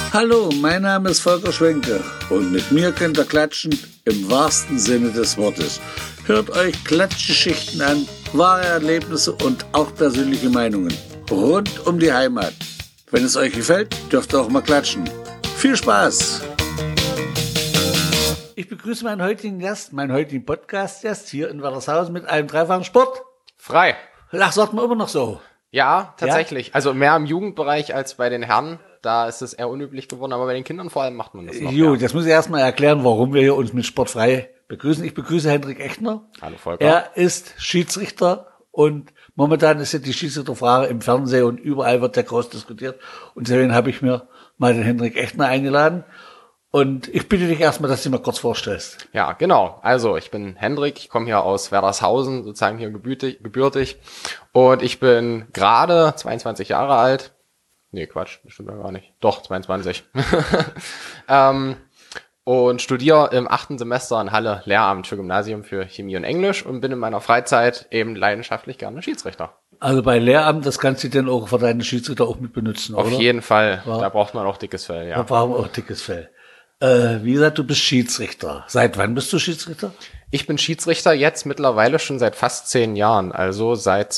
Hallo, mein Name ist Volker Schwenke und mit mir könnt ihr klatschen im wahrsten Sinne des Wortes. Hört euch Klatschgeschichten an, wahre Erlebnisse und auch persönliche Meinungen rund um die Heimat. Wenn es euch gefällt, dürft ihr auch mal klatschen. Viel Spaß! Ich begrüße meinen heutigen Gast, meinen heutigen Podcast-Gast hier in Werdershausen mit einem dreifachen Sport. Frei. Ach, sagt man immer noch so. Ja, tatsächlich. Ja? Also mehr im Jugendbereich als bei den Herren. Da ist es eher unüblich geworden, aber bei den Kindern vor allem macht man das noch. Jo, das muss ich erstmal erklären, warum wir hier uns mit Sportfrei begrüßen. Ich begrüße Hendrik Echtner. Hallo Volker. Er ist Schiedsrichter und momentan ist ja die Schiedsrichterfrage im Fernsehen und überall wird der groß diskutiert. Und deswegen habe ich mir mal den Hendrik Echtner eingeladen. Und ich bitte dich erstmal, dass du dir mal kurz vorstellst. Ja, genau. Also ich bin Hendrik, ich komme hier aus Werdershausen, sozusagen hier gebürtig. Und ich bin gerade 22 Jahre alt. Nee, Quatsch, das stimmt ja gar nicht. Doch, 22. Und studiere im 8. Semester in Halle Lehramt für Gymnasium für Chemie und Englisch und bin in meiner Freizeit eben leidenschaftlich gerne Schiedsrichter. Also bei Lehramt, das kannst du denn auch für deine Schiedsrichter auch mit benutzen, oder? Auf jeden Fall, ja. Da braucht man auch dickes Fell, ja. Da brauchen wir auch dickes Fell. Wie gesagt, du bist Schiedsrichter. Seit wann bist du Schiedsrichter? Ich bin Schiedsrichter jetzt mittlerweile schon seit fast 10 Jahren, also seit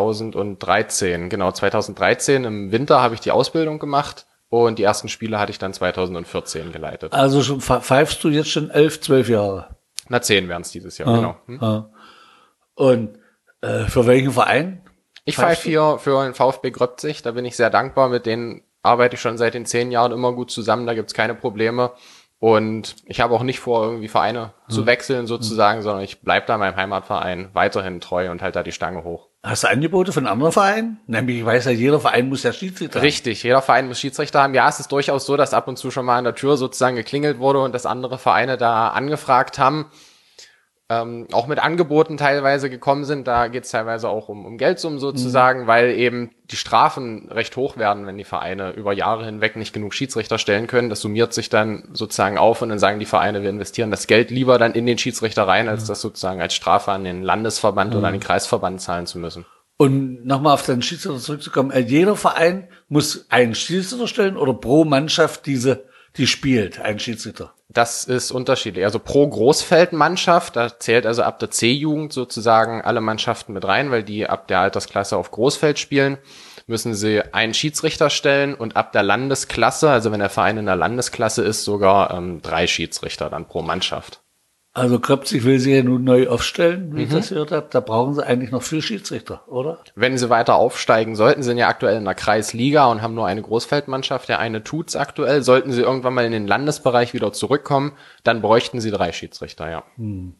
2013. Genau, 2013 im Winter habe ich die Ausbildung gemacht und die ersten Spiele hatte ich dann 2014 geleitet. Also schon pfeifst du jetzt schon 11, 12 Jahre? 10 wären es dieses Jahr, genau. Und für welchen Verein? Ich pfeife hier für den VfB Gröbzig, da bin ich sehr dankbar, mit denen arbeite ich schon seit den 10 Jahren immer gut zusammen, da gibt's keine Probleme. Und ich habe auch nicht vor, irgendwie Vereine zu wechseln sozusagen, sondern ich bleibe da meinem Heimatverein weiterhin treu und halt da die Stange hoch. Hast du Angebote von anderen Vereinen? Nämlich, ich weiß ja, jeder Verein muss ja Schiedsrichter haben. Richtig, jeder Verein muss Schiedsrichter haben. Ja, es ist durchaus so, dass ab und zu schon mal an der Tür sozusagen geklingelt wurde und dass andere Vereine da angefragt haben. Auch mit Angeboten teilweise gekommen sind. Da geht es teilweise auch um Geldsummen sozusagen, weil eben die Strafen recht hoch werden, wenn die Vereine über Jahre hinweg nicht genug Schiedsrichter stellen können. Das summiert sich dann sozusagen auf und dann sagen die Vereine, wir investieren das Geld lieber dann in den Schiedsrichter rein, als das sozusagen als Strafe an den Landesverband oder an den Kreisverband zahlen zu müssen. Und nochmal auf den Schiedsrichter zurückzukommen, jeder Verein muss einen Schiedsrichter stellen oder pro Mannschaft die spielt, einen Schiedsrichter? Das ist unterschiedlich. Also pro Großfeldmannschaft, da zählt also ab der C-Jugend sozusagen alle Mannschaften mit rein, weil die ab der Altersklasse auf Großfeld spielen, müssen sie einen Schiedsrichter stellen und ab der Landesklasse, also wenn der Verein in der Landesklasse ist, sogar 3 Schiedsrichter dann pro Mannschaft. Also Gröbzig will sie ja nun neu aufstellen, wie ich das gehört habe. Da brauchen sie eigentlich noch 4 Schiedsrichter, oder? Wenn sie weiter aufsteigen sollten, sind ja aktuell in der Kreisliga und haben nur eine Großfeldmannschaft. Der eine tut's aktuell. Sollten sie irgendwann mal in den Landesbereich wieder zurückkommen, dann bräuchten sie 3 Schiedsrichter, ja.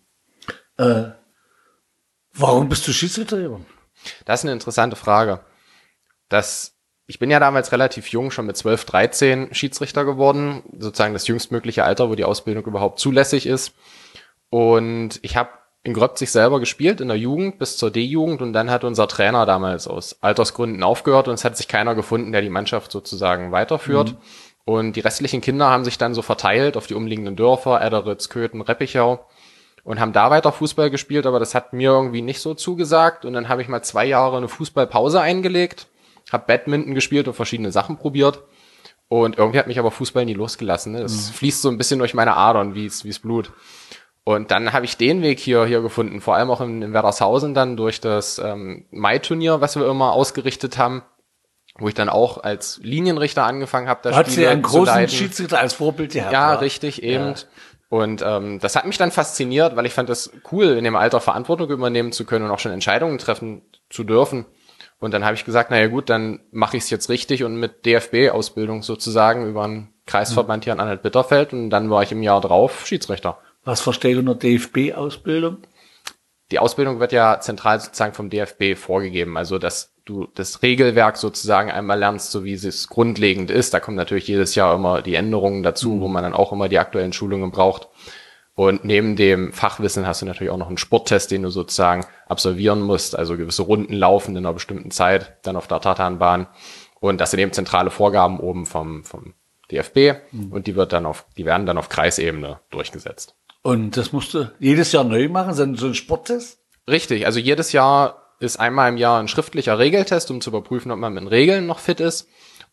Warum bist du Schiedsrichter geworden? Das ist eine interessante Frage. Ich bin ja damals relativ jung, schon mit 12, 13 Schiedsrichter geworden. Sozusagen das jüngstmögliche Alter, wo die Ausbildung überhaupt zulässig ist. Und ich habe in Gröbzig selber gespielt, in der Jugend bis zur D-Jugend und dann hat unser Trainer damals aus Altersgründen aufgehört und es hat sich keiner gefunden, der die Mannschaft sozusagen weiterführt. Und die restlichen Kinder haben sich dann so verteilt auf die umliegenden Dörfer, Edderitz, Köthen, Reppichau und haben da weiter Fußball gespielt, aber das hat mir irgendwie nicht so zugesagt und dann habe ich mal 2 Jahre eine Fußballpause eingelegt, habe Badminton gespielt und verschiedene Sachen probiert und irgendwie hat mich aber Fußball nie losgelassen. Ne? Das fließt so ein bisschen durch meine Adern, wie's Blut. Und dann habe ich den Weg hier gefunden, vor allem auch in Werdershausen dann durch das Mai-Turnier, was wir immer ausgerichtet haben, wo ich dann auch als Linienrichter angefangen habe, das Spiel zu leiten. Hat sie einen großen Schiedsrichter als Vorbild gehabt? Ja, richtig, eben. Ja. Und das hat mich dann fasziniert, weil ich fand das cool, in dem Alter Verantwortung übernehmen zu können und auch schon Entscheidungen treffen zu dürfen. Und dann habe ich gesagt, naja gut, dann mache ich es jetzt richtig und mit DFB-Ausbildung sozusagen über einen Kreisverband hier in Anhalt-Bitterfeld und dann war ich im Jahr drauf Schiedsrichter. Was verstehe ich unter DFB-Ausbildung? Die Ausbildung wird ja zentral sozusagen vom DFB vorgegeben, also dass du das Regelwerk sozusagen einmal lernst, so wie es grundlegend ist. Da kommen natürlich jedes Jahr immer die Änderungen dazu, wo man dann auch immer die aktuellen Schulungen braucht. Und neben dem Fachwissen hast du natürlich auch noch einen Sporttest, den du sozusagen absolvieren musst, also gewisse Runden laufen in einer bestimmten Zeit, dann auf der Tartanbahn. Und das sind eben zentrale Vorgaben oben vom DFB und die werden dann auf Kreisebene durchgesetzt. Und das musst du jedes Jahr neu machen, so ein Sporttest? Richtig, also jedes Jahr ist einmal im Jahr ein schriftlicher Regeltest, um zu überprüfen, ob man mit den Regeln noch fit ist.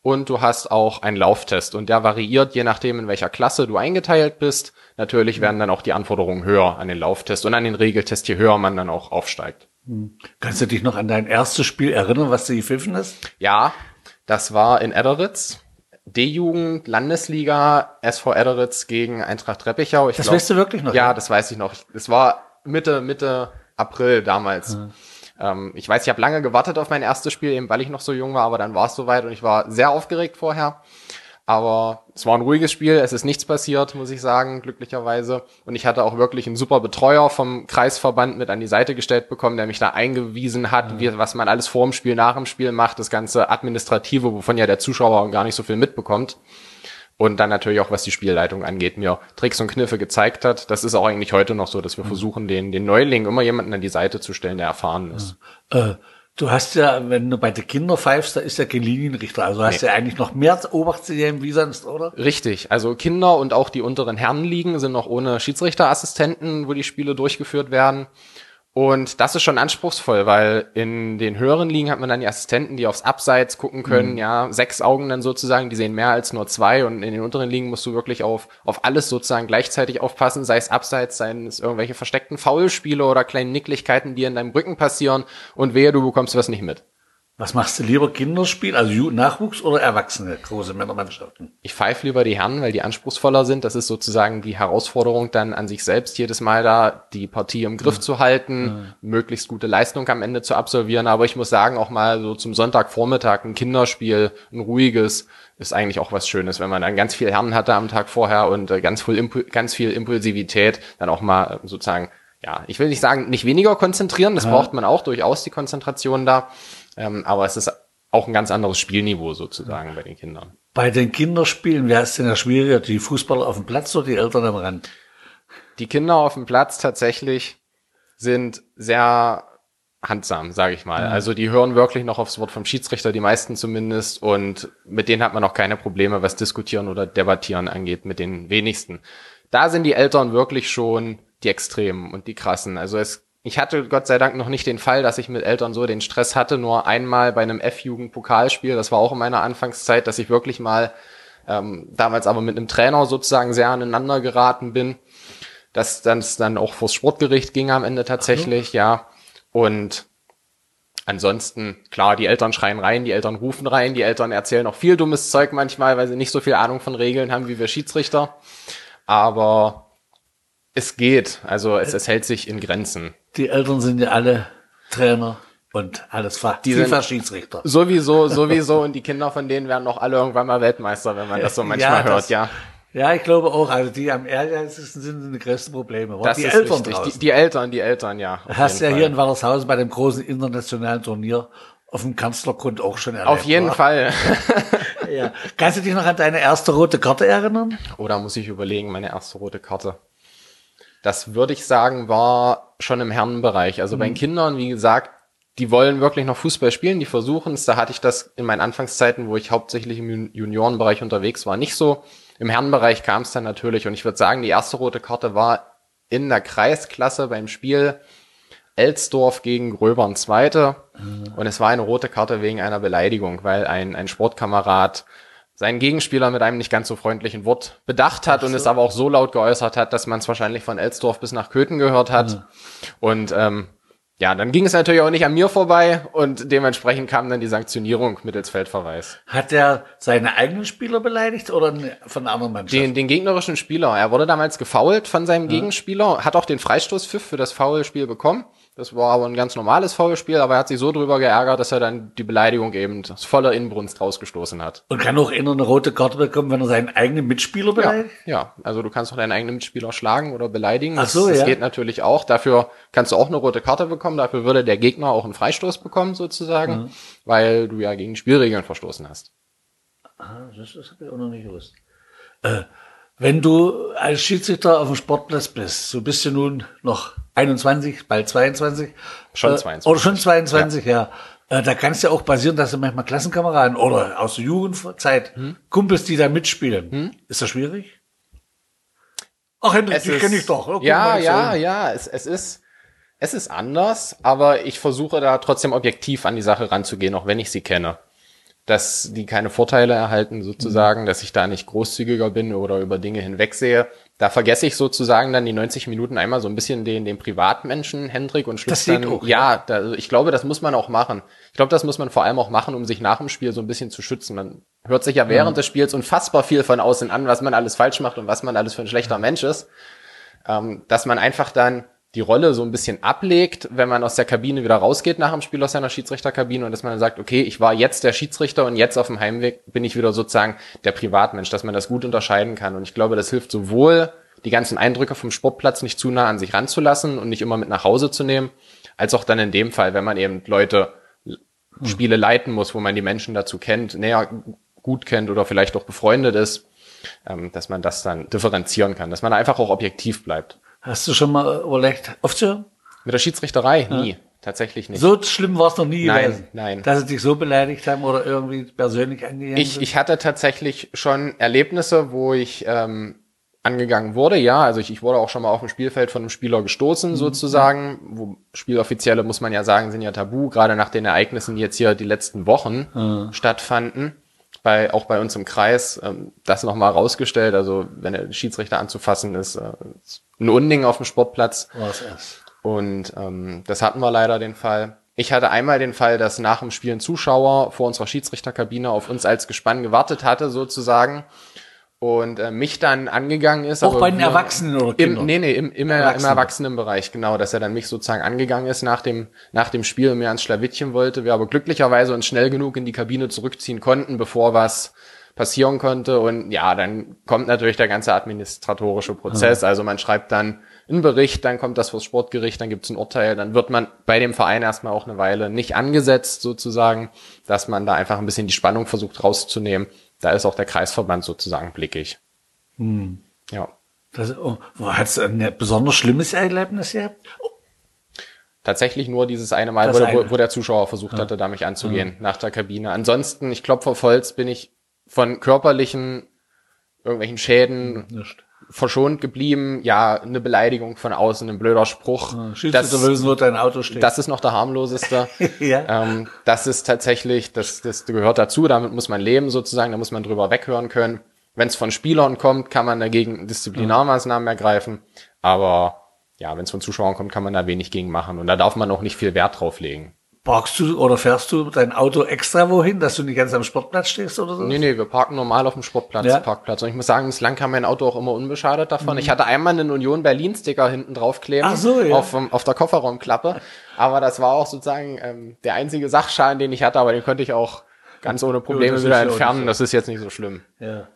und du hast auch einen Lauftest und der variiert je nachdem, in welcher Klasse du eingeteilt bist. Natürlich werden dann auch die Anforderungen höher an den Lauftest und an den Regeltest, je höher man dann auch aufsteigt. Kannst du dich noch an dein erstes Spiel erinnern, was du gepfiffen hast? Ja, das war in Edderitz. D-Jugend, Landesliga, SV Edderitz gegen Eintracht Reppichau. Das weißt du wirklich noch? Ja, das weiß ich noch. Es war Mitte April damals. Ich weiß, ich habe lange gewartet auf mein erstes Spiel, eben weil ich noch so jung war, aber dann war es soweit und ich war sehr aufgeregt vorher. Aber es war ein ruhiges Spiel, es ist nichts passiert, muss ich sagen, glücklicherweise. Und ich hatte auch wirklich einen super Betreuer vom Kreisverband mit an die Seite gestellt bekommen, der mich da eingewiesen hat, was man alles vor dem Spiel, nach dem Spiel macht, das ganze Administrative, wovon ja der Zuschauer gar nicht so viel mitbekommt. Und dann natürlich auch, was die Spielleitung angeht, mir Tricks und Kniffe gezeigt hat. Das ist auch eigentlich heute noch so, dass wir versuchen, den Neuling immer jemanden an die Seite zu stellen, der erfahren ist. Du hast ja, wenn du bei den Kindern pfeifst, da ist ja kein Linienrichter. Also hast du ja eigentlich noch mehr Obacht zu nehmen wie sonst, oder? Richtig. Also Kinder und auch die unteren Herrenligen sind noch ohne Schiedsrichterassistenten, wo die Spiele durchgeführt werden. Und das ist schon anspruchsvoll, weil in den höheren Ligen hat man dann die Assistenten, die aufs Abseits gucken können, ja, 6 Augen dann sozusagen, die sehen mehr als nur 2 und in den unteren Ligen musst du wirklich auf alles sozusagen gleichzeitig aufpassen, sei es Abseits, seien es irgendwelche versteckten Foulspiele oder kleinen Nicklichkeiten, die in deinem Rücken passieren und wehe, du bekommst was nicht mit. Was machst du lieber, Kinderspiel, also Nachwuchs oder Erwachsene, große Männermannschaften? Ich pfeife lieber die Herren, weil die anspruchsvoller sind. Das ist sozusagen die Herausforderung dann an sich selbst, jedes Mal da die Partie im Griff zu halten, möglichst gute Leistung am Ende zu absolvieren. Aber ich muss sagen, auch mal so zum Sonntagvormittag ein Kinderspiel, ein ruhiges, ist eigentlich auch was Schönes, wenn man dann ganz viel Herren hatte am Tag vorher und ganz viel Impulsivität, dann auch mal sozusagen, ja, ich will nicht sagen, nicht weniger konzentrieren, das braucht man auch durchaus, die Konzentration da. Aber es ist auch ein ganz anderes Spielniveau sozusagen bei den Kindern. Bei den Kinderspielen, wer ist denn da schwieriger? Die Fußballer auf dem Platz oder die Eltern am Rand? Die Kinder auf dem Platz tatsächlich sind sehr handsam, sage ich mal. Also die hören wirklich noch aufs Wort vom Schiedsrichter, die meisten zumindest. Und mit denen hat man auch keine Probleme, was Diskutieren oder Debattieren angeht, mit den wenigsten. Da sind die Eltern wirklich schon die Extremen und die Krassen. Also ich hatte Gott sei Dank noch nicht den Fall, dass ich mit Eltern so den Stress hatte, nur einmal bei einem F-Jugend-Pokalspiel, das war auch in meiner Anfangszeit, dass ich wirklich mal, damals aber mit einem Trainer sozusagen sehr aneinander geraten bin, dass dann auch vors Sportgericht ging am Ende tatsächlich, ja. Und ansonsten, klar, die Eltern schreien rein, die Eltern rufen rein, die Eltern erzählen auch viel dummes Zeug manchmal, weil sie nicht so viel Ahnung von Regeln haben wie wir Schiedsrichter. Aber es geht, also es hält sich in Grenzen. Die Eltern sind ja alle Trainer und alles FIFA-Schiedsrichter. Sowieso und die Kinder von denen werden auch alle irgendwann mal Weltmeister, wenn man das so manchmal hört, ja. Ja, ich glaube auch, also die am ehrlichsten sind die größten Probleme. Das die ist Eltern richtig. draußen. Die Eltern, ja. Du hast ja hier in Wallershausen bei dem großen internationalen Turnier auf dem Kanzlergrund auch schon erlebt. Auf jeden Fall. Ja. Kannst du dich noch an deine erste rote Karte erinnern? Oder muss ich überlegen, meine erste rote Karte? Das würde ich sagen, war schon im Herrenbereich. Also bei den Kindern, wie gesagt, die wollen wirklich noch Fußball spielen, die versuchen es. Da hatte ich das in meinen Anfangszeiten, wo ich hauptsächlich im Juniorenbereich unterwegs war, nicht so. Im Herrenbereich kam es dann natürlich. Und ich würde sagen, die erste rote Karte war in der Kreisklasse beim Spiel Elsdorf gegen Gröbern Zweite. Und es war eine rote Karte wegen einer Beleidigung, weil ein Sportkamerad seinen Gegenspieler mit einem nicht ganz so freundlichen Wort bedacht hat und es aber auch so laut geäußert hat, dass man es wahrscheinlich von Elsdorf bis nach Köthen gehört hat. Und dann ging es natürlich auch nicht an mir vorbei und dementsprechend kam dann die Sanktionierung mittels Feldverweis. Hat er seine eigenen Spieler beleidigt oder von einer anderen Mannschaft? Den gegnerischen Spieler. Er wurde damals gefoult von seinem Gegenspieler, hat auch den Freistoßpfiff für das Foulspiel bekommen. Das war aber ein ganz normales Foulspiel, aber er hat sich so drüber geärgert, dass er dann die Beleidigung eben voller Inbrunst rausgestoßen hat. Und kann auch immer eine rote Karte bekommen, wenn er seinen eigenen Mitspieler beleidigt? Ja, also du kannst auch deinen eigenen Mitspieler schlagen oder beleidigen. Das geht natürlich auch. Dafür kannst du auch eine rote Karte bekommen. Dafür würde der Gegner auch einen Freistoß bekommen sozusagen, weil du ja gegen die Spielregeln verstoßen hast. Das habe ich auch noch nicht gewusst. Wenn du als Schiedsrichter auf dem Sportplatz bist, so bist du nun noch 21, bald 22. Schon 22. Oder schon 22, ja. Da kann es ja auch passieren, dass du manchmal Klassenkameraden oder aus der Jugendzeit Kumpels, die da mitspielen. Ist das schwierig? Ach, Hendrik, dich kenne ich doch. Ja. Es ist anders, aber ich versuche da trotzdem objektiv an die Sache ranzugehen, auch wenn ich sie kenne. dass die keine Vorteile erhalten sozusagen, dass ich da nicht großzügiger bin oder über Dinge hinwegsehe. Da vergesse ich sozusagen dann die 90 Minuten einmal so ein bisschen den Privatmenschen Hendrik und Das geht dann, auch, also ich glaube, das muss man auch machen. Ich glaube, das muss man vor allem auch machen, um sich nach dem Spiel so ein bisschen zu schützen. Man hört sich ja während des Spiels unfassbar viel von außen an, was man alles falsch macht und was man alles für ein schlechter Mensch ist, dass man einfach dann die Rolle so ein bisschen ablegt, wenn man aus der Kabine wieder rausgeht nach dem Spiel aus seiner Schiedsrichterkabine und dass man dann sagt, okay, ich war jetzt der Schiedsrichter und jetzt auf dem Heimweg bin ich wieder sozusagen der Privatmensch, dass man das gut unterscheiden kann. Und ich glaube, das hilft sowohl, die ganzen Eindrücke vom Sportplatz nicht zu nah an sich ranzulassen und nicht immer mit nach Hause zu nehmen, als auch dann in dem Fall, wenn man eben Spiele leiten muss, wo man die Menschen dazu kennt, näher gut kennt oder vielleicht auch befreundet ist, dass man das dann differenzieren kann, dass man einfach auch objektiv bleibt. Hast du schon mal überlegt, aufzuhören? Mit der Schiedsrichterei? Nie. Tatsächlich nicht. So schlimm war es noch nie gewesen? Nein. Dass sie dich so beleidigt haben oder irgendwie persönlich angegangen sind? Ich hatte tatsächlich schon Erlebnisse, wo ich angegangen wurde, ja. Also ich wurde auch schon mal auf dem Spielfeld von einem Spieler gestoßen, sozusagen. Wo Spieloffizielle, muss man ja sagen, sind ja tabu, gerade nach den Ereignissen, die jetzt hier die letzten Wochen stattfanden. Auch bei uns im Kreis, das nochmal rausgestellt. Also wenn der Schiedsrichter anzufassen ist ein Unding auf dem Sportplatz. Was ist? Und das hatten wir leider den Fall. Ich hatte einmal den Fall, dass nach dem Spiel ein Zuschauer vor unserer Schiedsrichterkabine auf uns als Gespann gewartet hatte, sozusagen. Und mich dann angegangen ist. Auch bei den Erwachsenen oder Kindern? Im Erwachsenenbereich, genau, dass er dann mich sozusagen angegangen ist nach dem Spiel und mir ans Schlawittchen wollte. Wir aber glücklicherweise uns schnell genug in die Kabine zurückziehen konnten, bevor was passieren konnte. Und ja, dann kommt natürlich der ganze administratorische Prozess. Also man schreibt dann einen Bericht, dann kommt das vors Sportgericht, dann gibt es ein Urteil, dann wird man bei dem Verein erstmal auch eine Weile nicht angesetzt sozusagen, dass man da einfach ein bisschen die Spannung versucht rauszunehmen. Da ist auch der Kreisverband sozusagen blickig. Ja. Hat es ein besonders schlimmes Erlebnis gehabt? Tatsächlich nur dieses eine Mal, wo der Zuschauer versucht hatte, da mich anzugehen, nach der Kabine. Ansonsten, ich klopfe auf Holz, bin ich von körperlichen irgendwelchen Schäden verschont geblieben. Ja, eine Beleidigung von außen, ein blöder Spruch. Schiedsrichter wird dein Auto stehen. Das ist noch der harmloseste. Ja. Das ist tatsächlich, das gehört dazu, damit muss man leben sozusagen, da muss man drüber weghören können. Wenn es von Spielern kommt, kann man dagegen Disziplinarmaßnahmen ergreifen. Aber ja, wenn es von Zuschauern kommt, kann man da wenig gegen machen. Und da darf man auch nicht viel Wert drauf legen. Parkst du oder fährst du dein Auto extra wohin, dass du nicht ganz am Sportplatz stehst oder so? Nee, wir parken normal auf dem Parkplatz. Und ich muss sagen, bislang kam mein Auto auch immer unbeschadet davon. Ich hatte einmal einen Union Berlin-Sticker hinten draufkleben. Ach so, ja. Auf der Kofferraumklappe. Aber das war auch sozusagen der einzige Sachschaden, den ich hatte, aber den konnte ich auch ganz ohne Probleme wieder entfernen. Das ist jetzt nicht so schlimm. Ja.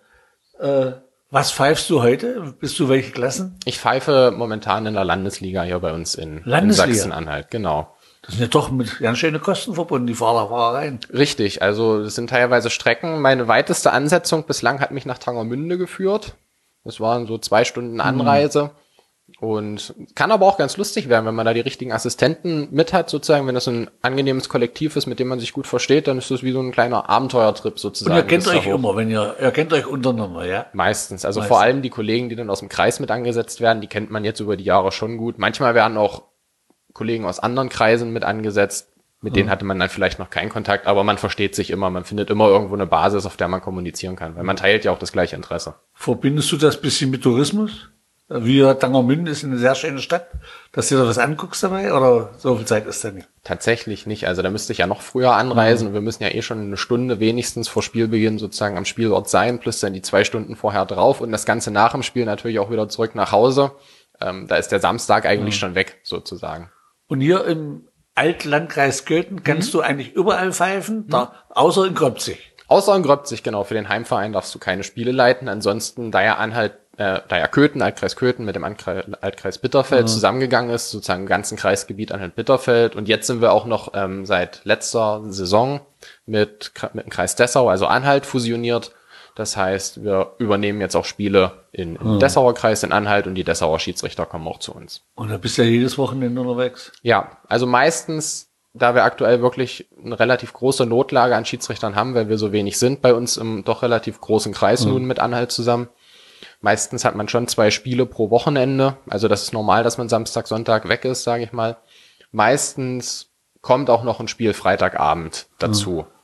Was pfeifst du heute? Bist du welche Klassen? Ich pfeife momentan in der Landesliga hier bei uns in Sachsen-Anhalt, genau. Das sind ja doch mit ganz schönen Kosten verbunden, die Fahrereien. Richtig, also das sind teilweise Strecken. Meine weiteste Ansetzung bislang hat mich nach Tangermünde geführt. Das waren so 2 Stunden Anreise. Und kann aber auch ganz lustig werden, wenn man da die richtigen Assistenten mit hat, sozusagen. Wenn das ein angenehmes Kollektiv ist, mit dem man sich gut versteht, dann ist das wie so ein kleiner Abenteuertrip sozusagen. Und ihr kennt euch immer, ihr kennt euch untereinander, ja? Meistens. Also vor allem die Kollegen, die dann aus dem Kreis mit angesetzt werden, die kennt man jetzt über die Jahre schon gut. Manchmal werden auch Kollegen aus anderen Kreisen mit angesetzt. Mit denen hatte man dann vielleicht noch keinen Kontakt, aber man versteht sich immer. Man findet immer irgendwo eine Basis, auf der man kommunizieren kann, weil man teilt ja auch das gleiche Interesse. Verbindest du das ein bisschen mit Tourismus? Wie Tangermünde ist eine sehr schöne Stadt, dass du dir da was anguckst dabei, oder so viel Zeit ist da nicht? Tatsächlich nicht. Also da müsste ich ja noch früher anreisen und wir müssen ja schon eine Stunde wenigstens vor Spielbeginn sozusagen am Spielort sein, plus dann die 2 Stunden vorher drauf und das Ganze nach dem Spiel natürlich auch wieder zurück nach Hause. Da ist der Samstag eigentlich schon weg, sozusagen. Und hier im Altlandkreis Köthen kannst du eigentlich überall pfeifen, außer in Gröbzig. Außer in Gröbzig, genau. Für den Heimverein darfst du keine Spiele leiten. Ansonsten, da ja Altkreis Köthen mit dem Altkreis Bitterfeld zusammengegangen ist, sozusagen im ganzen Kreisgebiet Anhalt-Bitterfeld. Und jetzt sind wir auch noch seit letzter Saison mit dem Kreis Dessau, also Anhalt, fusioniert. Das heißt, wir übernehmen jetzt auch Spiele im Dessauer Kreis in Anhalt und die Dessauer Schiedsrichter kommen auch zu uns. Und da bist du ja jedes Wochenende unterwegs? Ja, also meistens, da wir aktuell wirklich eine relativ große Notlage an Schiedsrichtern haben, weil wir so wenig sind bei uns im doch relativ großen Kreis nun mit Anhalt zusammen. Meistens hat man schon 2 Spiele pro Wochenende. Also das ist normal, dass man Samstag, Sonntag weg ist, sage ich mal. Meistens kommt auch noch ein Spiel Freitagabend dazu.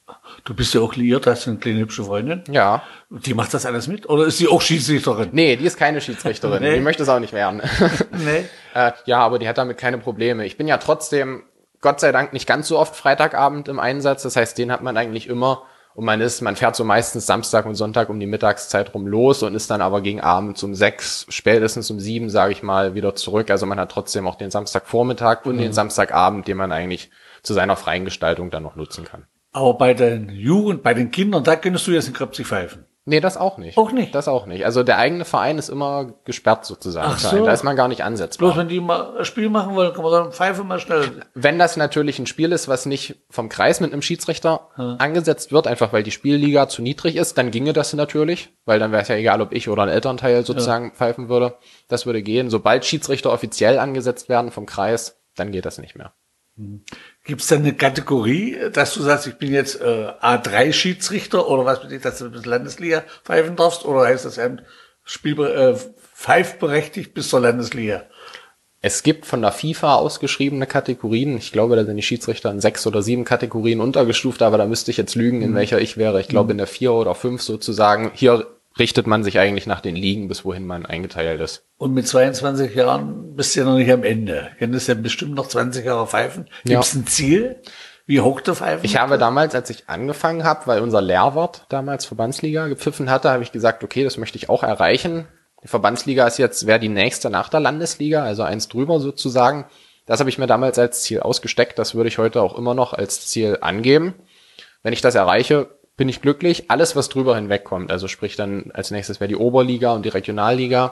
Du bist ja auch liiert, hast eine kleine hübsche Freundin. Ja. Die macht das alles mit? Oder ist sie auch Schiedsrichterin? Nee, die ist keine Schiedsrichterin. Nee. Die möchte es auch nicht werden. Nee. Ja, aber die hat damit keine Probleme. Ich bin ja trotzdem, Gott sei Dank, nicht ganz so oft Freitagabend im Einsatz. Das heißt, den hat man eigentlich immer. Und man fährt so meistens Samstag und Sonntag um die Mittagszeit rum los und ist dann aber gegen abends um 6, spätestens um 7, sage ich mal, wieder zurück. Also man hat trotzdem auch den Samstagvormittag und den Samstagabend, den man eigentlich zu seiner freien Gestaltung dann noch nutzen kann. Aber bei den bei den Kindern, da könntest du jetzt in Kröpsig pfeifen. Nee, das auch nicht. Auch nicht? Das auch nicht. Also der eigene Verein ist immer gesperrt sozusagen. Ach so. Da ist man gar nicht ansetzbar. Bloß wenn die mal ein Spiel machen wollen, kann man sagen, pfeife mal schnell. Wenn das natürlich ein Spiel ist, was nicht vom Kreis mit einem Schiedsrichter angesetzt wird, einfach weil die Spielliga zu niedrig ist, dann ginge das natürlich, weil dann wäre es ja egal, ob ich oder ein Elternteil sozusagen pfeifen würde. Das würde gehen. Sobald Schiedsrichter offiziell angesetzt werden vom Kreis, dann geht das nicht mehr. Gibt es da eine Kategorie, dass du sagst, ich bin jetzt A3-Schiedsrichter oder was weiß ich, dass du bis Landesliga pfeifen darfst? Oder heißt das pfeifberechtigt bis zur Landesliga? Es gibt von der FIFA ausgeschriebene Kategorien. Ich glaube, da sind die Schiedsrichter in 6 oder 7 Kategorien untergestuft, aber da müsste ich jetzt lügen, in welcher ich wäre. Ich glaube, in der 4 oder 5 sozusagen. Hier richtet man sich eigentlich nach den Ligen, bis wohin man eingeteilt ist. Und mit 22 Jahren bist du ja noch nicht am Ende. Könntest ja bestimmt noch 20 Jahre pfeifen. Gibt es ein Ziel, wie hoch du pfeifen? Ich habe damals, als ich angefangen habe, weil unser Lehrwart damals Verbandsliga gepfiffen hatte, habe ich gesagt, okay, das möchte ich auch erreichen. Die Verbandsliga wäre die nächste nach der Landesliga, also eins drüber sozusagen. Das habe ich mir damals als Ziel ausgesteckt. Das würde ich heute auch immer noch als Ziel angeben. Wenn ich das erreiche, bin ich glücklich. Alles, was drüber hinwegkommt, also sprich dann als nächstes wäre die Oberliga und die Regionalliga.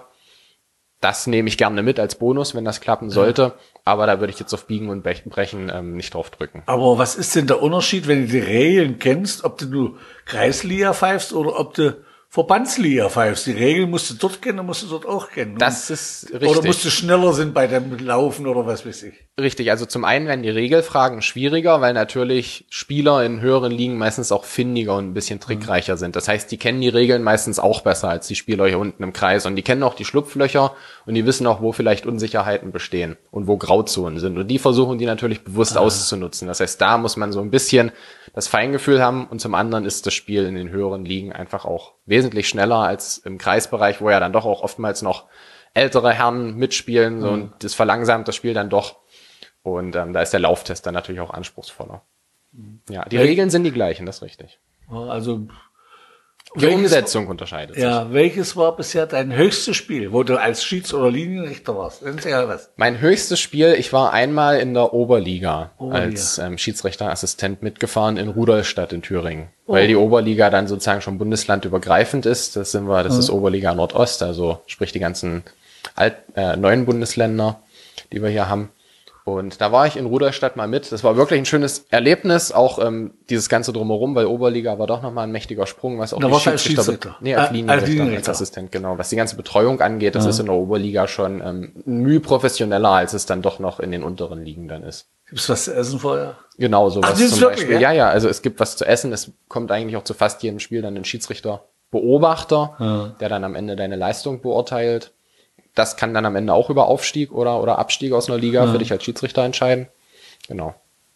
Das nehme ich gerne mit als Bonus, wenn das klappen sollte. Aber da würde ich jetzt auf Biegen und Brechen nicht drauf drücken. Aber was ist denn der Unterschied, wenn du die Regeln kennst, ob du Kreisliga pfeifst oder ob du Verbandsliga pfeifst? Die Regeln musst du dort kennen, musst du dort auch kennen. Das ist richtig. Oder musst du schneller sind bei dem Laufen oder was weiß ich? Richtig, also zum einen werden die Regelfragen schwieriger, weil natürlich Spieler in höheren Ligen meistens auch findiger und ein bisschen trickreicher sind. Das heißt, die kennen die Regeln meistens auch besser als die Spieler hier unten im Kreis. Und die kennen auch die Schlupflöcher und die wissen auch, wo vielleicht Unsicherheiten bestehen und wo Grauzonen sind. Und die versuchen die natürlich bewusst auszunutzen. Das heißt, da muss man so ein bisschen das Feingefühl haben. Und zum anderen ist das Spiel in den höheren Ligen einfach auch wesentlich schneller als im Kreisbereich, wo ja dann doch auch oftmals noch ältere Herren mitspielen und das verlangsamt das Spiel dann doch. Und da ist der Lauftest dann natürlich auch anspruchsvoller. Ja, die Regeln sind die gleichen, das ist richtig. Also Die Umsetzung unterscheidet sich. Ja, welches war bisher dein höchstes Spiel, wo du als Schieds- oder Linienrichter warst? Erzähl was. Mein höchstes Spiel, ich war einmal in der Oberliga als Schiedsrichterassistent mitgefahren in Rudolstadt in Thüringen. Weil die Oberliga dann sozusagen schon bundeslandübergreifend ist. Das ist Oberliga Nordost, also sprich die ganzen neuen Bundesländer, die wir hier haben. Und da war ich in Rudolstadt mal mit. Das war wirklich ein schönes Erlebnis, auch dieses ganze Drumherum, weil Oberliga war doch nochmal ein mächtiger Sprung, was auch da warst du als Schiedsrichter? Nee, als Linienrichter, als Assistent, genau. Was die ganze Betreuung angeht, das ist in der Oberliga schon Mühe professioneller, als es dann doch noch in den unteren Ligen dann ist. Gibt's was zu essen vorher? Genau, sowas zum wirklich, Beispiel. Ja, also es gibt was zu essen. Es kommt eigentlich auch zu fast jedem Spiel dann ein Schiedsrichter-Beobachter, der dann am Ende deine Leistung beurteilt. Das kann dann am Ende auch über Aufstieg oder Abstieg aus einer Liga für dich als Schiedsrichter entscheiden. Genau.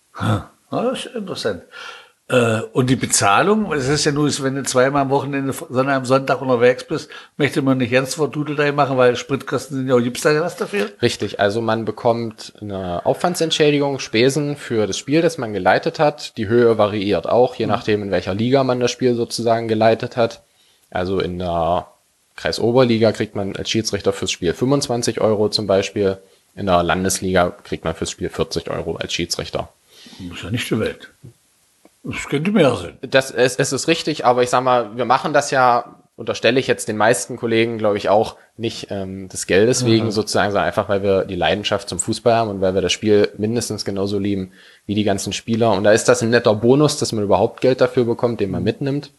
Das ist interessant. Und die Bezahlung, es ist ja nur, wenn du zweimal am Wochenende, sondern am Sonntag unterwegs bist, möchte man nicht ganz vor Dudelei machen, weil Spritkosten sind ja, gibt's da was dafür? Richtig, also man bekommt eine Aufwandsentschädigung, Spesen für das Spiel, das man geleitet hat. Die Höhe variiert auch, je nachdem, in welcher Liga man das Spiel sozusagen geleitet hat. Also in der Kreisoberliga kriegt man als Schiedsrichter fürs Spiel 25 € zum Beispiel. In der Landesliga kriegt man fürs Spiel 40 € als Schiedsrichter. Das ist ja nicht die Welt. Das könnte mehr sein. Es ist richtig, aber ich sag mal, wir machen das ja, unterstelle ich jetzt den meisten Kollegen, glaube ich, auch nicht des Geldes wegen sozusagen, sondern einfach, weil wir die Leidenschaft zum Fußball haben und weil wir das Spiel mindestens genauso lieben wie die ganzen Spieler. Und da ist das ein netter Bonus, dass man überhaupt Geld dafür bekommt, den man mitnimmt.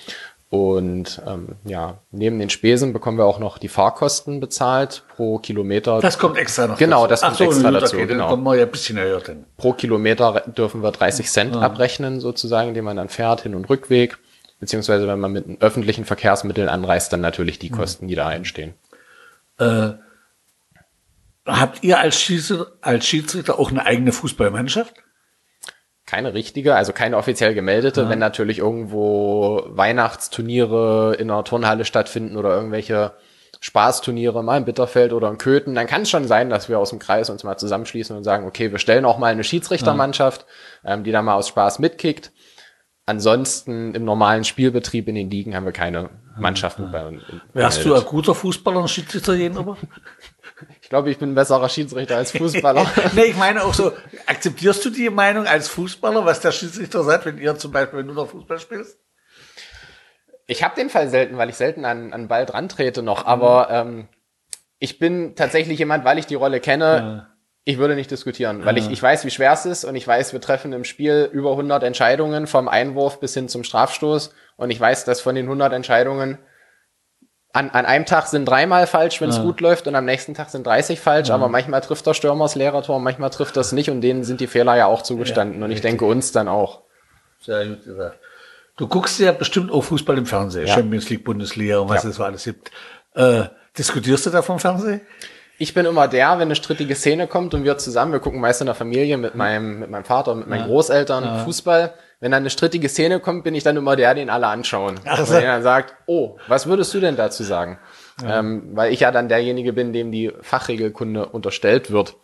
Und neben den Spesen bekommen wir auch noch die Fahrkosten bezahlt pro Kilometer. Das kommt extra noch Genau, dazu. das kommt extra dazu. Okay, genau. Dann kommen wir ja ein bisschen höher dann. Pro Kilometer dürfen wir 30 Cent abrechnen sozusagen, den man dann fährt, Hin- und Rückweg. Beziehungsweise wenn man mit öffentlichen Verkehrsmitteln anreist, dann natürlich die Kosten, die da entstehen. Habt ihr als Schiedsrichter auch eine eigene Fußballmannschaft? keine richtige, also keine offiziell gemeldete. Wenn natürlich irgendwo Weihnachtsturniere in einer Turnhalle stattfinden oder irgendwelche Spaßturniere mal in Bitterfeld oder in Köthen, dann kann es schon sein, dass wir aus dem Kreis uns mal zusammenschließen und sagen, okay, wir stellen auch mal eine Schiedsrichtermannschaft, die da mal aus Spaß mitkickt. Ansonsten im normalen Spielbetrieb in den Ligen haben wir keine Mannschaften bei uns. Wärst du ein guter Fußballer und Schiedsrichter gegenüber? Ich glaube, ich bin ein besserer Schiedsrichter als Fußballer. Nee, ich meine auch so, akzeptierst du die Meinung als Fußballer, was der Schiedsrichter sagt, wenn ihr zum Beispiel, wenn du noch Fußball spielst? Ich habe den Fall selten, weil ich selten an Ball dran trete noch, aber ich bin tatsächlich jemand, weil ich die Rolle kenne, ich würde nicht diskutieren, weil ich weiß, wie schwer es ist und ich weiß, wir treffen im Spiel über 100 Entscheidungen vom Einwurf bis hin zum Strafstoß und ich weiß, dass von den 100 Entscheidungen an einem Tag sind 3-mal falsch, wenn es gut läuft und am nächsten Tag sind 30 falsch, aber manchmal trifft der Stürmer das leere Tor, manchmal trifft das nicht und denen sind die Fehler ja auch zugestanden und ich denke uns dann auch. Sehr gut gesagt. Du guckst ja bestimmt auch Fußball im Fernsehen, Champions League, Bundesliga und was es so alles gibt. Diskutierst du da vom Fernsehen? Ich bin immer der, wenn eine strittige Szene kommt und wir gucken meist in der Familie mit meinem Vater, mit meinen Großeltern Fußball. Wenn dann eine strittige Szene kommt, bin ich dann immer der, den alle anschauen. Und der dann sagt, oh, was würdest du denn dazu sagen? Weil ich ja dann derjenige bin, dem die Fachregelkunde unterstellt wird.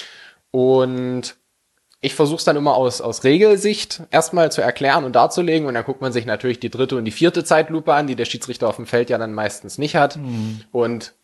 Und ich versuche es dann immer aus Regelsicht erstmal zu erklären und darzulegen und dann guckt man sich natürlich die 3. und die 4. Zeitlupe an, die der Schiedsrichter auf dem Feld ja dann meistens nicht hat. Und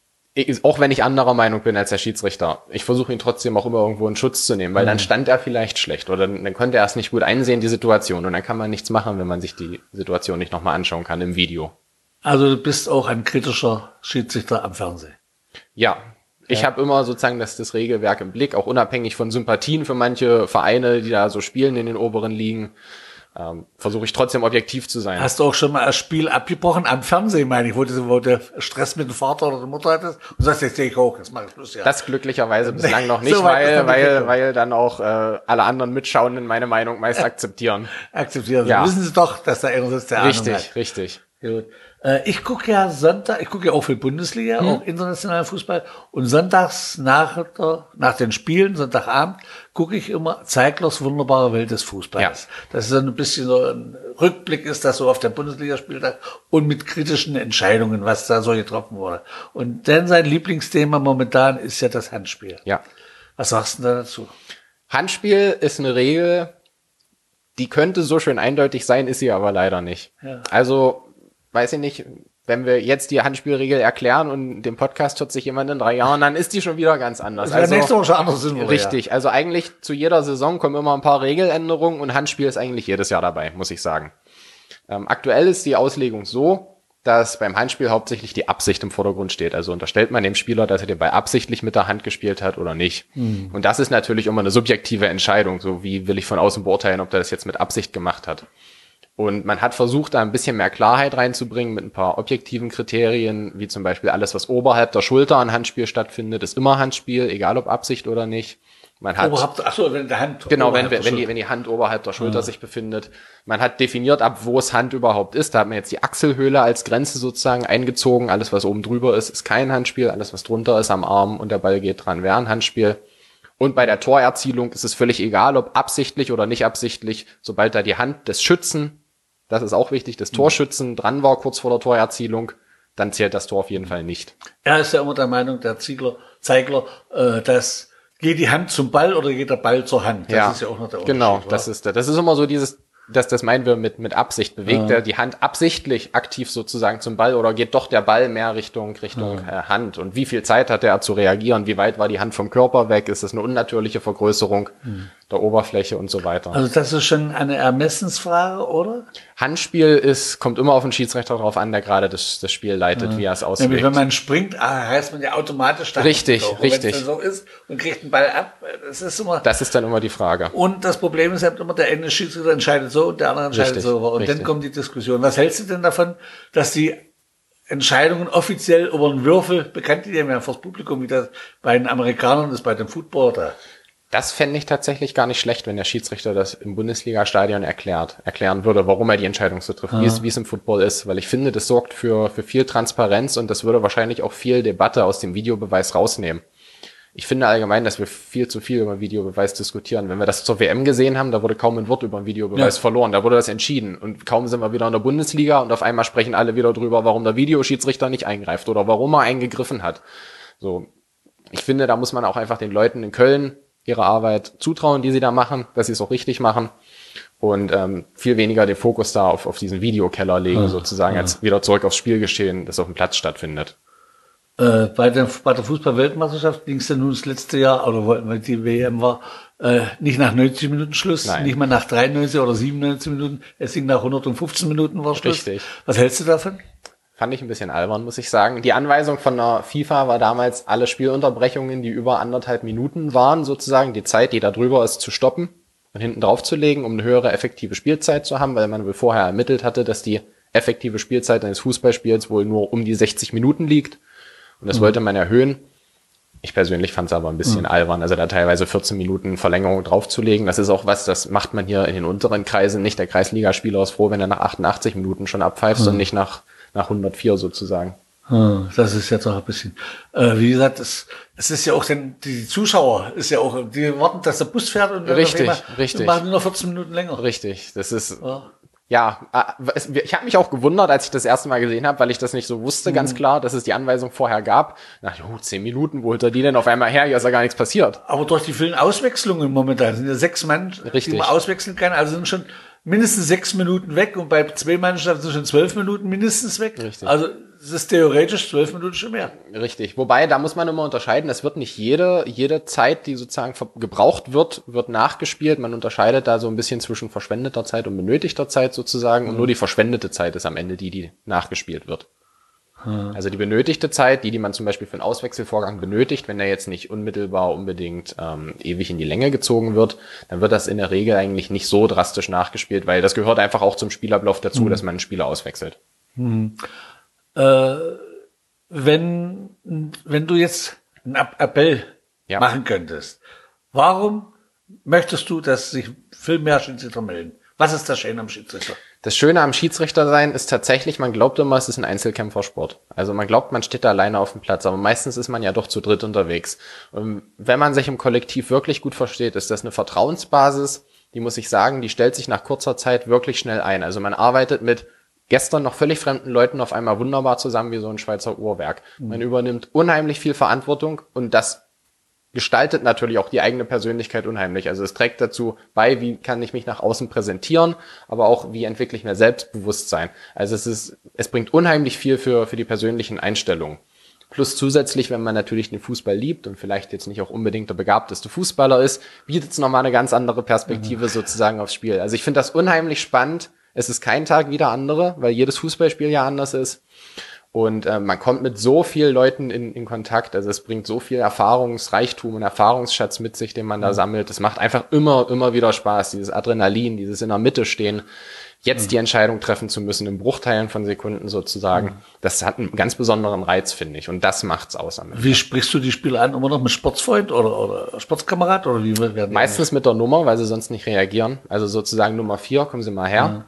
auch wenn ich anderer Meinung bin als der Schiedsrichter, ich versuche ihn trotzdem auch immer irgendwo in Schutz zu nehmen, weil dann stand er vielleicht schlecht oder dann konnte er es nicht gut einsehen, die Situation, und dann kann man nichts machen, wenn man sich die Situation nicht nochmal anschauen kann im Video. Also du bist auch ein kritischer Schiedsrichter am Fernsehen? Ja. Ich habe immer sozusagen das Regelwerk im Blick, auch unabhängig von Sympathien für manche Vereine, die da so spielen in den oberen Ligen. Versuche ich trotzdem objektiv zu sein. Hast du auch schon mal ein Spiel abgebrochen am Fernsehen, meine ich, wo du Stress mit dem Vater oder der Mutter hattest und sagst, jetzt stehe ich hoch, jetzt mach ich Schluss, ja. Das glücklicherweise bislang noch nicht, so weil dann auch alle anderen Mitschauenden meine Meinung meist akzeptieren. Akzeptieren. Ja. Wissen sie doch, dass da einer sitzt, der Ahnung hat. Richtig. Gut. Ich gucke ja auch für Bundesliga, auch internationalen Fußball. Und sonntags nach den Spielen, Sonntagabend, gucke ich immer Zeiglers wunderbare Welt des Fußballs. Ja. Das ist dann ein bisschen so ein Rückblick ist, das so auf der Bundesligaspieltag und mit kritischen Entscheidungen, was da so getroffen wurde. Und dann sein Lieblingsthema momentan ist ja das Handspiel. Ja. Was sagst du da dazu? Handspiel ist eine Regel, die könnte so schön eindeutig sein, ist sie aber leider nicht. Ja. Also, weiß ich nicht, wenn wir jetzt die Handspielregel erklären und den Podcast hört sich jemand in 3 Jahren, dann ist die schon wieder ganz anders. Also nächste Woche schon anders sind wir. Richtig, ja. Also eigentlich zu jeder Saison kommen immer ein paar Regeländerungen und Handspiel ist eigentlich jedes Jahr dabei, muss ich sagen. Aktuell ist die Auslegung so, dass beim Handspiel hauptsächlich die Absicht im Vordergrund steht. Also unterstellt man dem Spieler, dass er den Ball absichtlich mit der Hand gespielt hat oder nicht. Und das ist natürlich immer eine subjektive Entscheidung. So wie will ich von außen beurteilen, ob der das jetzt mit Absicht gemacht hat. Und man hat versucht, da ein bisschen mehr Klarheit reinzubringen mit ein paar objektiven Kriterien, wie zum Beispiel alles, was oberhalb der Schulter an Handspiel stattfindet, ist immer Handspiel, egal ob Absicht oder nicht. Man hat, wenn die Hand wenn die Hand oberhalb der Schulter sich befindet. Man hat definiert, ab wo es Hand überhaupt ist. Da hat man jetzt die Achselhöhle als Grenze sozusagen eingezogen. Alles, was oben drüber ist, ist kein Handspiel. Alles, was drunter ist am Arm und der Ball geht dran, wäre ein Handspiel. Und bei der Torerzielung ist es völlig egal, ob absichtlich oder nicht absichtlich. Sobald da die Hand des Schützen, das ist auch wichtig, des Torschützen dran war kurz vor der Torerzielung, dann zählt das Tor auf jeden Fall nicht. Er ist ja immer der Meinung, der Zeigler, dass geht die Hand zum Ball oder geht der Ball zur Hand? Das ist ja auch noch der Unterschied. Genau, das ist immer so dieses, das meinen wir mit Absicht. Bewegt er die Hand absichtlich aktiv sozusagen zum Ball oder geht doch der Ball mehr Richtung Hand? Und wie viel Zeit hat er zu reagieren? Wie weit war die Hand vom Körper weg? Ist es eine unnatürliche Vergrößerung der Oberfläche und so weiter? Also das ist schon eine Ermessensfrage, oder? Handspiel kommt immer auf den Schiedsrichter drauf an, der gerade das Spiel leitet, wie er es auslegt. Nämlich wenn man springt, heißt man ja automatisch dann. Richtig. Wenn es dann so ist und kriegt den Ball ab, das ist dann immer die Frage. Und das Problem ist halt immer, der eine Schiedsrichter entscheidet so und der andere entscheidet so. Und dann kommt die Diskussion. Was hältst du denn davon, dass die Entscheidungen offiziell über einen Würfel, bekannt die ja fürs Publikum, wie das bei den Amerikanern ist, bei dem Football da? Das fände ich tatsächlich gar nicht schlecht, wenn der Schiedsrichter das im Bundesliga-Stadion erklären würde, warum er die Entscheidung so trifft, wie es im Football ist. Weil ich finde, das sorgt für viel Transparenz und das würde wahrscheinlich auch viel Debatte aus dem Videobeweis rausnehmen. ich finde allgemein, dass wir viel zu viel über Videobeweis diskutieren. Wenn wir das zur WM gesehen haben, da wurde kaum ein Wort über den Videobeweis verloren. Da wurde das entschieden. Und kaum sind wir wieder in der Bundesliga und auf einmal sprechen alle wieder drüber, warum der Videoschiedsrichter nicht eingreift oder warum er eingegriffen hat. So, ich finde, da muss man auch einfach den Leuten in Köln ihre Arbeit zutrauen, die sie da machen, dass sie es auch richtig machen. Und viel weniger den Fokus da auf diesen Videokeller legen, sozusagen, als wieder zurück aufs Spielgeschehen, das auf dem Platz stattfindet. Bei der Fußball-Weltmeisterschaft ging es ja nun das letzte Jahr, oder weil die WM war, nicht nach 90 Minuten Schluss, Nein. nicht mal nach 93 oder 97 Minuten, es ging nach 115 Minuten war Schluss. Richtig. Was hältst du davon? Fand ich ein bisschen albern, muss ich sagen. Die Anweisung von der FIFA war damals, alle Spielunterbrechungen, die über 1,5 Minuten waren, sozusagen, die Zeit, die da drüber ist, zu stoppen und hinten drauf zu legen, um eine höhere effektive Spielzeit zu haben, weil man wohl vorher ermittelt hatte, dass die effektive Spielzeit eines Fußballspiels wohl nur um die 60 Minuten liegt. Und das wollte man erhöhen. Ich persönlich fand es aber ein bisschen albern, also da teilweise 14 Minuten Verlängerung draufzulegen. Das ist auch was, das macht man hier in den unteren Kreisen nicht. Der Kreisligaspieler ist froh, wenn er nach 88 Minuten schon abpfeift und nicht nach 104 sozusagen. Das ist jetzt auch ein bisschen, wie gesagt, es ist ja auch die Zuschauer, ist ja auch, die warten, dass der Bus fährt und richtig. machen nur 14 Minuten länger. Richtig, das ist, ja, ich habe mich auch gewundert, als ich das erste Mal gesehen habe, weil ich das nicht so wusste, ganz klar, dass es die Anweisung vorher gab. Na, 10 Minuten, wo holt er die denn auf einmal her? Hier ist ja gar nichts passiert. Aber durch die vielen Auswechslungen momentan sind ja 6 Mann, die man auswechseln kann, also sind schon mindestens 6 Minuten weg und bei 2 Mannschaften sind schon 12 Minuten mindestens weg. Richtig. Also es ist theoretisch 12 Minuten schon mehr. Richtig. Wobei, da muss man immer unterscheiden, es wird nicht jede Zeit, die sozusagen gebraucht wird nachgespielt. Man unterscheidet da so ein bisschen zwischen verschwendeter Zeit und benötigter Zeit sozusagen. Und nur die verschwendete Zeit ist am Ende die nachgespielt wird. Also die benötigte Zeit, die man zum Beispiel für einen Auswechselvorgang benötigt, wenn der jetzt nicht unmittelbar unbedingt ewig in die Länge gezogen wird, dann wird das in der Regel eigentlich nicht so drastisch nachgespielt, weil das gehört einfach auch zum Spielablauf dazu, dass man einen Spieler auswechselt. Wenn du jetzt einen Appell machen könntest, warum möchtest du, dass sich viel mehr Schiedsrichter melden? Was ist das Schöne am Schiedsrichter? Das Schöne am Schiedsrichter sein ist tatsächlich, man glaubt immer, es ist ein Einzelkämpfersport. Also man glaubt, man steht da alleine auf dem Platz, aber meistens ist man ja doch zu dritt unterwegs. Und wenn man sich im Kollektiv wirklich gut versteht, ist das eine Vertrauensbasis, die muss ich sagen, die stellt sich nach kurzer Zeit wirklich schnell ein. Also man arbeitet mit gestern noch völlig fremden Leuten auf einmal wunderbar zusammen wie so ein Schweizer Uhrwerk. Man übernimmt unheimlich viel Verantwortung und das gestaltet natürlich auch die eigene Persönlichkeit unheimlich. Also es trägt dazu bei, wie kann ich mich nach außen präsentieren, aber auch wie entwickle ich mehr Selbstbewusstsein. Also es bringt unheimlich viel für die persönlichen Einstellungen. Plus zusätzlich, wenn man natürlich den Fußball liebt und vielleicht jetzt nicht auch unbedingt der begabteste Fußballer ist, bietet es nochmal eine ganz andere Perspektive sozusagen aufs Spiel. Also ich finde das unheimlich spannend. Es ist kein Tag wie der andere, weil jedes Fußballspiel ja anders ist. Und man kommt mit so vielen Leuten in Kontakt, also es bringt so viel Erfahrungsreichtum und Erfahrungsschatz mit sich, den man da sammelt. Es macht einfach immer wieder Spaß, dieses Adrenalin, dieses in der Mitte stehen, jetzt die Entscheidung treffen zu müssen, in Bruchteilen von Sekunden sozusagen. Das hat einen ganz besonderen Reiz, finde ich, und das macht's aus am Ende. Wie sprichst du die Spieler an? Immer noch mit Sportsfreund oder Sportskamerad? Oder wie werden die meistens mit der Nummer, weil sie sonst nicht reagieren. Also sozusagen Nummer 4, kommen Sie mal her.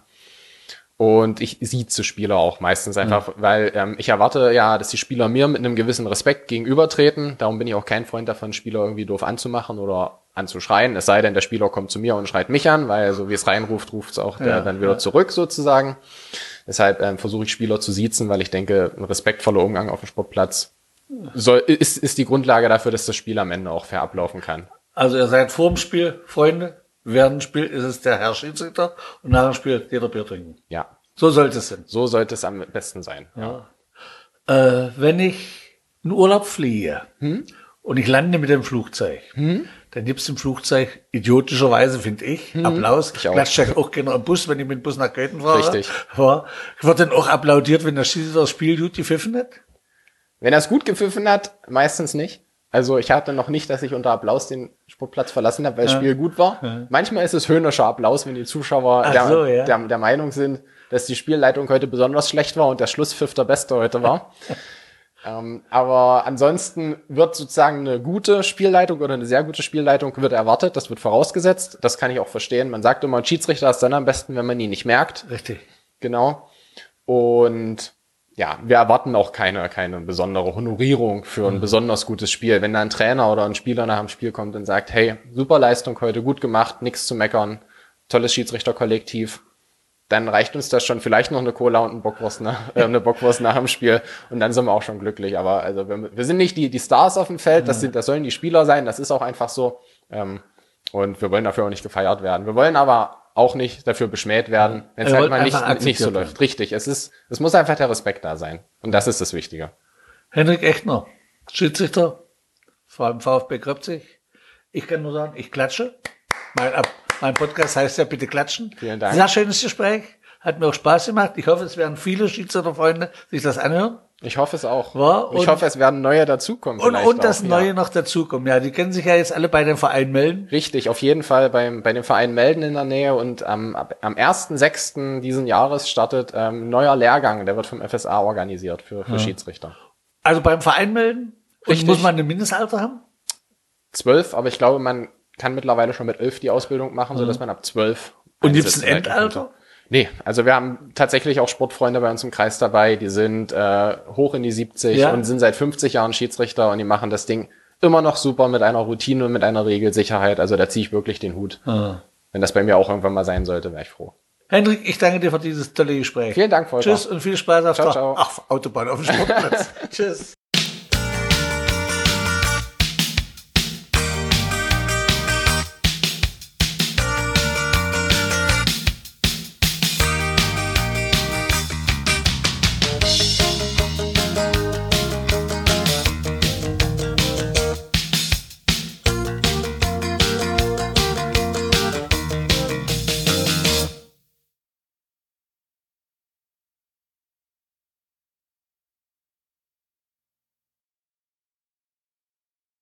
Und ich sieze Spieler auch meistens einfach, weil ich erwarte ja, dass die Spieler mir mit einem gewissen Respekt gegenübertreten. Darum bin ich auch kein Freund davon, Spieler irgendwie doof anzumachen oder anzuschreien. Es sei denn, der Spieler kommt zu mir und schreit mich an, weil so wie es reinruft, ruft es auch der dann wieder zurück sozusagen. Deshalb versuche ich Spieler zu siezen, weil ich denke, ein respektvoller Umgang auf dem Sportplatz ist die Grundlage dafür, dass das Spiel am Ende auch fair ablaufen kann. Also ihr seid vor dem Spiel Freunde? Während dem Spiel ist es der Herr Schiedsrichter und nach dem Spiel jeder Bier trinken. Ja. So sollte es sein. So sollte es am besten sein. Ja. Wenn ich in Urlaub fliege und ich lande mit dem Flugzeug, dann gibt's im Flugzeug idiotischerweise, finde ich, Applaus. Ich klatscht ja auch gerne am Bus, wenn ich mit dem Bus nach Köthen fahre. Richtig. Ja. Wird dann auch applaudiert, wenn der Schiedsrichter das Spiel gut gepfiffen hat? Wenn er es gut gepfiffen hat, meistens nicht. Also ich hatte noch nicht, dass ich unter Applaus den Sportplatz verlassen habe, weil das Spiel gut war. Ja. Manchmal ist es höhnischer Applaus, wenn die Zuschauer der Meinung sind, dass die Spielleitung heute besonders schlecht war und der Schlusspfiff der beste heute war. Aber ansonsten wird sozusagen eine gute Spielleitung oder eine sehr gute Spielleitung wird erwartet, das wird vorausgesetzt. Das kann ich auch verstehen. Man sagt immer, ein Schiedsrichter ist dann am besten, wenn man ihn nicht merkt. Richtig. Genau. Und ja, wir erwarten auch keine besondere Honorierung für ein besonders gutes Spiel. Wenn da ein Trainer oder ein Spieler nach dem Spiel kommt und sagt, hey, super Leistung heute, gut gemacht, nichts zu meckern, tolles Schiedsrichterkollektiv, dann reicht uns das schon, vielleicht noch eine Cola und eine Bockwurst nach dem Spiel und dann sind wir auch schon glücklich. Aber also wir sind nicht die Stars auf dem Feld, das sollen die Spieler sein, das ist auch einfach so. Und wir wollen dafür auch nicht gefeiert werden. Wir wollen aber auch nicht dafür beschmäht werden, wenn es halt mal nicht so läuft. Richtig, es muss einfach der Respekt da sein. Und das ist das Wichtige. Henrik Echtner, Schiedsrichter, vor allem VfB Kröpzig. Ich kann nur sagen, ich klatsche. Mein Podcast heißt ja bitte klatschen. Vielen Dank. Sehr schönes Gespräch. Hat mir auch Spaß gemacht. Ich hoffe, es werden viele Schiedsrichterfreunde sich das anhören. Ich hoffe es auch. Ich hoffe, es werden neue dazukommen. Und das Neue noch dazukommen. Ja, die können sich ja jetzt alle bei dem Verein melden. Richtig, auf jeden Fall bei dem Verein melden in der Nähe. Und am 1.6. diesen Jahres startet ein neuer Lehrgang. Der wird vom FSA organisiert für Schiedsrichter. Also beim Verein melden? Richtig. Und muss man ein Mindestalter haben? 12, aber ich glaube, man kann mittlerweile schon mit 11 die Ausbildung machen, sodass man ab 12. Und gibt es ein Endalter? Nee, also wir haben tatsächlich auch Sportfreunde bei uns im Kreis dabei, die sind hoch in die 70 und sind seit 50 Jahren Schiedsrichter und die machen das Ding immer noch super mit einer Routine und mit einer Regelsicherheit. Also da ziehe ich wirklich den Hut. Wenn das bei mir auch irgendwann mal sein sollte, wäre ich froh. Hendrik, ich danke dir für dieses tolle Gespräch. Vielen Dank, Volker. Tschüss und viel Spaß auf ciao. Autobahn, auf dem Sportplatz. Tschüss.